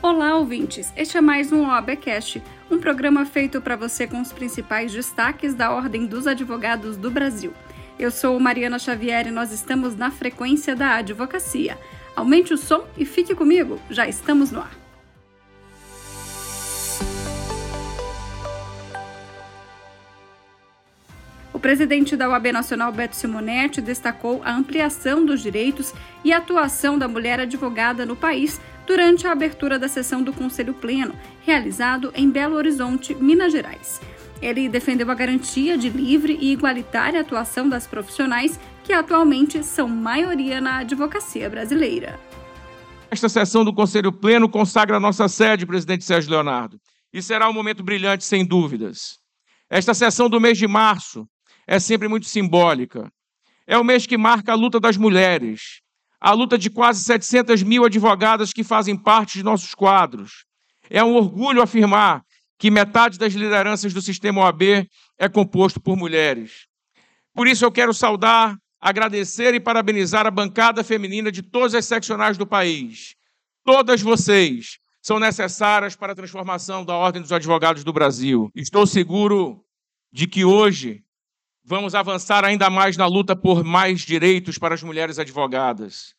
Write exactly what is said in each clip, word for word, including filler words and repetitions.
Olá, ouvintes! Este é mais um OABcast, um programa feito para você com os principais destaques da Ordem dos Advogados do Brasil. Eu sou Mariana Xavier e nós estamos na frequência da advocacia. Aumente o som e fique comigo, já estamos no ar. O presidente da O A B Nacional, Beto Simonetti, destacou a ampliação dos direitos e a atuação da mulher advogada no país durante a abertura da sessão do Conselho Pleno, realizado em Belo Horizonte, Minas Gerais. Ele defendeu a garantia de livre e igualitária atuação das profissionais que atualmente são maioria na advocacia brasileira. Esta sessão do Conselho Pleno consagra a nossa sede, presidente Sérgio Leonardo, e será um momento brilhante, sem dúvidas. Esta sessão do mês de março é sempre muito simbólica. É o mês que marca a luta das mulheres, a luta de quase setecentas mil advogadas que fazem parte de nossos quadros. É um orgulho afirmar que metade das lideranças do sistema O A B é composto por mulheres. Por isso eu quero saudar, agradecer e parabenizar a bancada feminina de todas as seccionais do país. Todas vocês são necessárias para a transformação da Ordem dos Advogados do Brasil. Estou seguro de que hoje vamos avançar ainda mais na luta por mais direitos para as mulheres advogadas.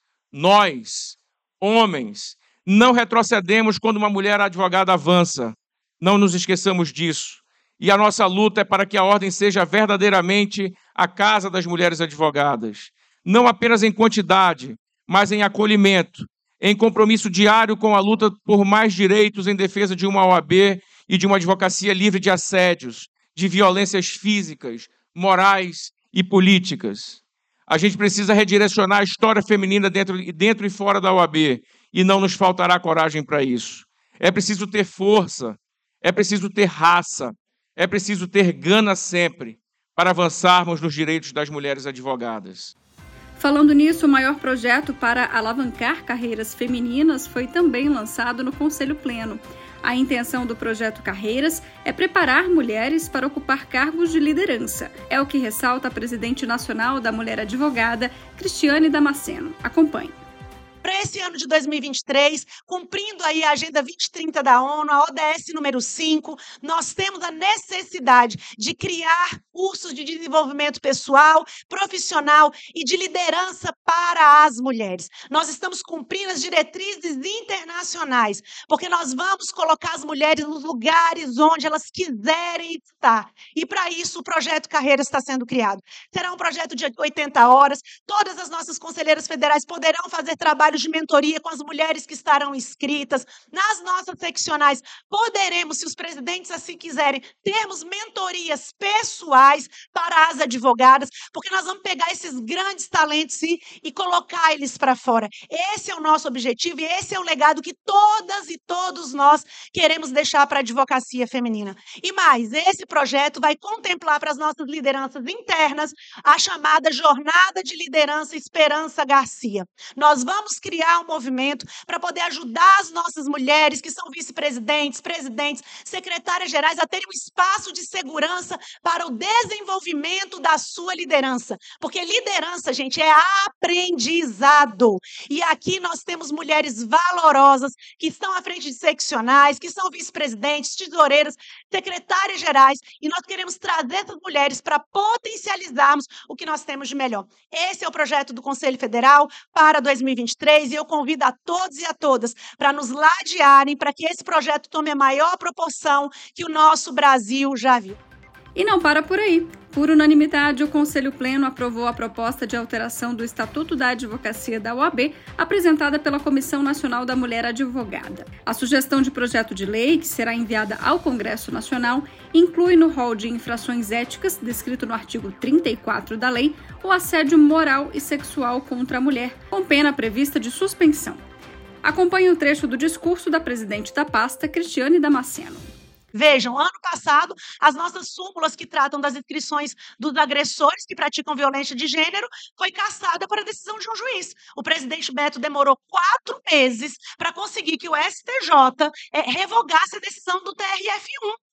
Nós, homens, não retrocedemos quando uma mulher advogada avança. Não nos esqueçamos disso. E a nossa luta é para que a Ordem seja verdadeiramente a casa das mulheres advogadas. Não apenas em quantidade, mas em acolhimento, em compromisso diário com a luta por mais direitos em defesa de uma O A B e de uma advocacia livre de assédios, de violências físicas, morais e políticas. A gente precisa redirecionar a história feminina dentro, dentro e fora da O A B, e não nos faltará coragem para isso. É preciso ter força, é preciso ter raça, é preciso ter gana sempre para avançarmos nos direitos das mulheres advogadas. Falando nisso, o maior projeto para alavancar carreiras femininas foi também lançado no Conselho Pleno. A intenção do projeto Carreiras é preparar mulheres para ocupar cargos de liderança. É o que ressalta a presidente nacional da Mulher Advogada, Cristiane Damasceno. Acompanhe. Para esse ano de dois mil e vinte e três, cumprindo aí a Agenda vinte e trinta da ONU, a O D S número cinco, nós temos a necessidade de criar cursos de desenvolvimento pessoal, profissional e de liderança para as mulheres. Nós estamos cumprindo as diretrizes internacionais, porque nós vamos colocar as mulheres nos lugares onde elas quiserem estar. E para isso o projeto Carreiras está sendo criado. Será um projeto de oitenta horas, todas as nossas conselheiras federais poderão fazer trabalho de mentoria com as mulheres que estarão inscritas. Nas nossas seccionais, poderemos, se os presidentes assim quiserem, termos mentorias pessoais para as advogadas, porque nós vamos pegar esses grandes talentos e, e colocar eles para fora. Esse é o nosso objetivo e esse é o legado que todas e todos nós queremos deixar para a advocacia feminina. E mais, esse projeto vai contemplar para as nossas lideranças internas a chamada Jornada de Liderança Esperança Garcia. Nós vamos criar um movimento para poder ajudar as nossas mulheres que são vice-presidentes, presidentes, secretárias gerais a terem um espaço de segurança para o desenvolvimento da sua liderança. Porque liderança, gente, é aprendizado. E aqui nós temos mulheres valorosas que estão à frente de seccionais, que são vice-presidentes, tesoureiras, secretárias gerais, e nós queremos trazer essas mulheres para potencializarmos o que nós temos de melhor. Esse é o projeto do Conselho Federal para dois mil e vinte e três, e eu convido a todos e a todas para nos ladearem para que esse projeto tome a maior proporção que o nosso Brasil já viu. E não para por aí. Por unanimidade, o Conselho Pleno aprovou a proposta de alteração do Estatuto da Advocacia da O A B, apresentada pela Comissão Nacional da Mulher Advogada. A sugestão de projeto de lei, que será enviada ao Congresso Nacional, inclui no rol de infrações éticas, descrito no artigo trinta e quatro da lei, o assédio moral e sexual contra a mulher, com pena prevista de suspensão. Acompanhe o trecho do discurso da presidente da pasta, Cristiane Damasceno. Vejam, ano passado, as nossas súmulas que tratam das inscrições dos agressores que praticam violência de gênero foi cassada por decisão de um juiz. O presidente Beto demorou quatro meses para conseguir que o S T J é, revogasse a decisão do T R F um.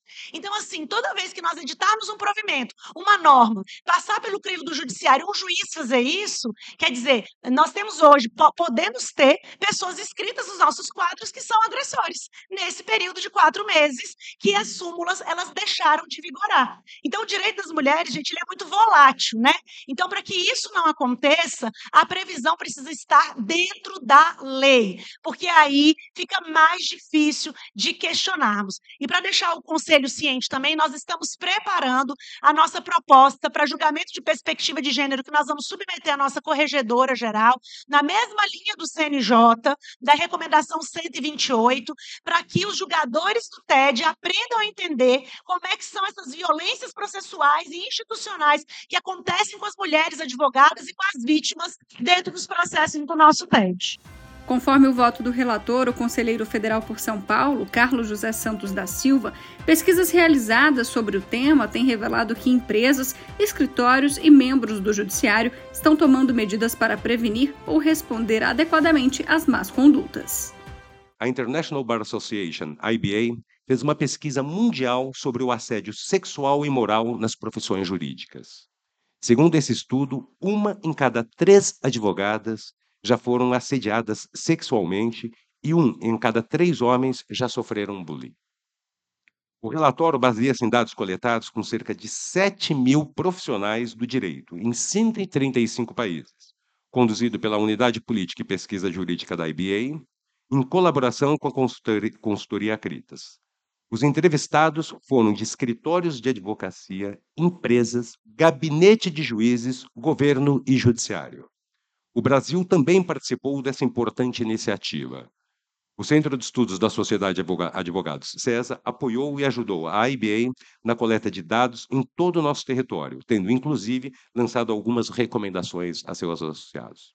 Então, assim, toda vez que nós editarmos um provimento, uma norma, passar pelo crivo do judiciário, um juiz fazer isso, quer dizer, nós temos hoje, po podemos ter pessoas inscritas nos nossos quadros que são agressores, nesse período de quatro meses que as súmulas, elas deixaram de vigorar. Então, o direito das mulheres, gente, ele é muito volátil, né? Então, para que isso não aconteça, a previsão precisa estar dentro da lei, porque aí fica mais difícil de questionarmos. E para deixar o Conselho ciente também, nós estamos preparando a nossa proposta para julgamento de perspectiva de gênero, que nós vamos submeter à nossa corregedora geral, na mesma linha do C N J, da recomendação cento e vinte e oito, para que os julgadores do T E D aprendam a entender como é que são essas violências processuais e institucionais que acontecem com as mulheres advogadas e com as vítimas dentro dos processos do nosso T E D. Conforme o voto do relator, o conselheiro federal por São Paulo, Carlos José Santos da Silva, pesquisas realizadas sobre o tema têm revelado que empresas, escritórios e membros do judiciário estão tomando medidas para prevenir ou responder adequadamente às más condutas. A International Bar Association, I B A, fez uma pesquisa mundial sobre o assédio sexual e moral nas profissões jurídicas. Segundo esse estudo, uma em cada três advogadas já foram assediadas sexualmente e um em cada três homens já sofreram bullying. O relatório baseia-se em dados coletados com cerca de sete mil profissionais do direito em cento e trinta e cinco países, conduzido pela Unidade Política e Pesquisa Jurídica da I B A, em colaboração com a consultoria, consultoria Acritas. Os entrevistados foram de escritórios de advocacia, empresas, gabinete de juízes, governo e judiciário. O Brasil também participou dessa importante iniciativa. O Centro de Estudos da Sociedade de Advogados, CESA, apoiou e ajudou a I B A na coleta de dados em todo o nosso território, tendo, inclusive, lançado algumas recomendações a seus associados.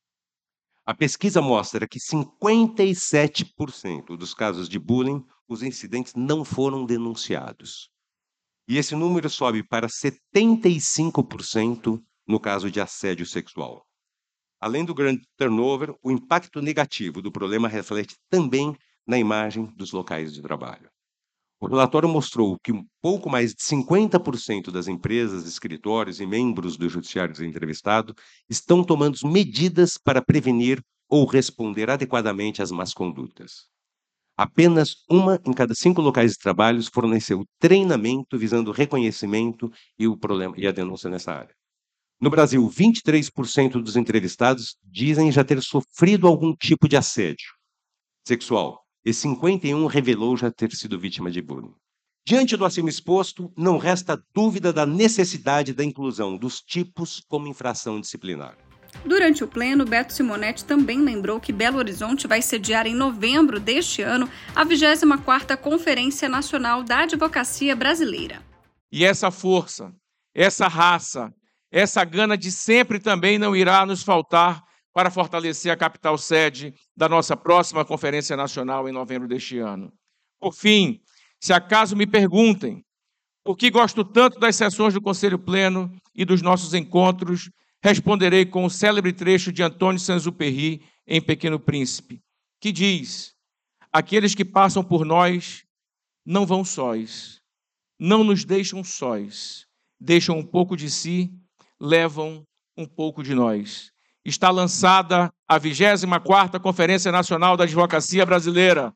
A pesquisa mostra que cinquenta e sete por cento dos casos de bullying, os incidentes não foram denunciados. E esse número sobe para setenta e cinco por cento no caso de assédio sexual. Além do grande turnover, o impacto negativo do problema reflete também na imagem dos locais de trabalho. O relatório mostrou que um pouco mais de cinquenta por cento das empresas, escritórios e membros do judiciário entrevistado estão tomando medidas para prevenir ou responder adequadamente às más condutas. Apenas uma em cada cinco locais de trabalho forneceu treinamento visando o reconhecimento e, o problema, e a denúncia nessa área. No Brasil, vinte e três por cento dos entrevistados dizem já ter sofrido algum tipo de assédio sexual, e cinquenta e um por cento revelou já ter sido vítima de bullying. Diante do acima exposto, não resta dúvida da necessidade da inclusão dos tipos como infração disciplinar. Durante o pleno, Beto Simonetti também lembrou que Belo Horizonte vai sediar em novembro deste ano a vigésima quarta Conferência Nacional da Advocacia Brasileira. E essa força, essa raça, essa gana de sempre também não irá nos faltar para fortalecer a capital sede da nossa próxima Conferência Nacional em novembro deste ano. Por fim, se acaso me perguntem por que gosto tanto das sessões do Conselho Pleno e dos nossos encontros, responderei com o célebre trecho de Antônio Saint-Exupéry em Pequeno Príncipe, que diz: aqueles que passam por nós não vão sós, não nos deixam sós, deixam um pouco de si, levam um pouco de nós. Está lançada a vigésima quarta Conferência Nacional da Advocacia Brasileira.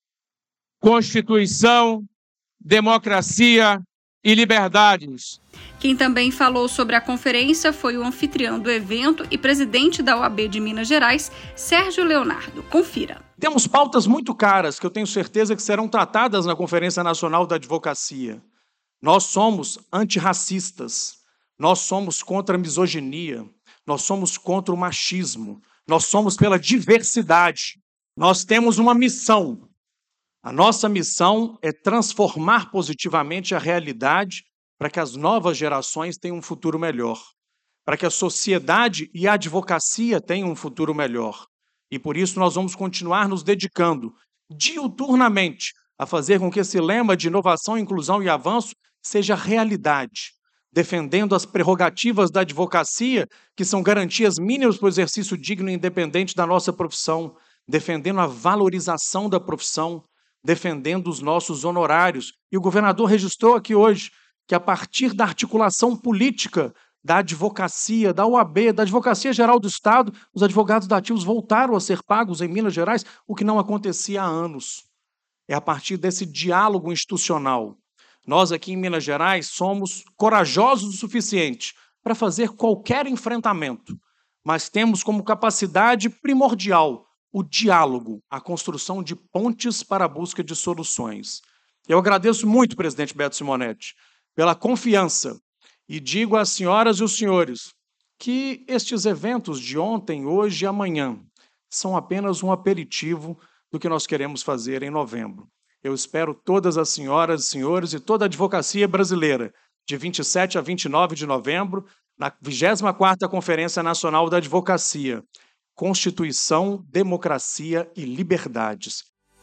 Constituição, democracia e liberdades. Quem também falou sobre a conferência foi o anfitrião do evento e presidente da O A B de Minas Gerais, Sérgio Leonardo. Confira. Temos pautas muito caras que eu tenho certeza que serão tratadas na Conferência Nacional da Advocacia. Nós somos antirracistas. Nós somos contra a misoginia, nós somos contra o machismo, nós somos pela diversidade. Nós temos uma missão. A nossa missão é transformar positivamente a realidade para que as novas gerações tenham um futuro melhor, para que a sociedade e a advocacia tenham um futuro melhor. E por isso nós vamos continuar nos dedicando diuturnamente a fazer com que esse lema de inovação, inclusão e avanço seja realidade, defendendo as prerrogativas da advocacia, que são garantias mínimas para o exercício digno e independente da nossa profissão, defendendo a valorização da profissão, defendendo os nossos honorários. E o governador registrou aqui hoje que, a partir da articulação política da advocacia, da O A B, da Advocacia Geral do Estado, os advogados dativos voltaram a ser pagos em Minas Gerais, o que não acontecia há anos. É a partir desse diálogo institucional. Nós aqui em Minas Gerais somos corajosos o suficiente para fazer qualquer enfrentamento, mas temos como capacidade primordial o diálogo, a construção de pontes para a busca de soluções. Eu agradeço muito, presidente Beto Simonetti, pela confiança e digo às senhoras e os senhores que estes eventos de ontem, hoje e amanhã são apenas um aperitivo do que nós queremos fazer em novembro. Eu espero todas as senhoras e senhores e toda a advocacia brasileira, de vinte e sete a vinte e nove de novembro, na vigésima quarta Conferência Nacional da Advocacia. Constituição, Democracia e Liberdades.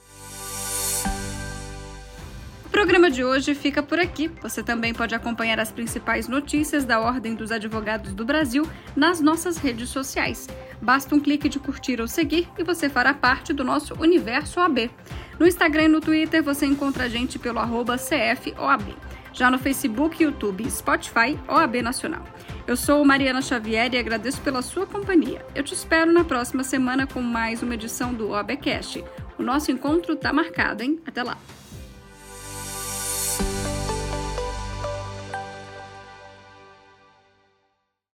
O programa de hoje fica por aqui. Você também pode acompanhar as principais notícias da Ordem dos Advogados do Brasil nas nossas redes sociais. Basta um clique de curtir ou seguir e você fará parte do nosso universo O A B. No Instagram e no Twitter você encontra a gente pelo arroba C F O A B. Já no Facebook, YouTube e Spotify, O A B Nacional. Eu sou Mariana Xavier e agradeço pela sua companhia. Eu te espero na próxima semana com mais uma edição do OABcast. O nosso encontro está marcado, hein? Até lá!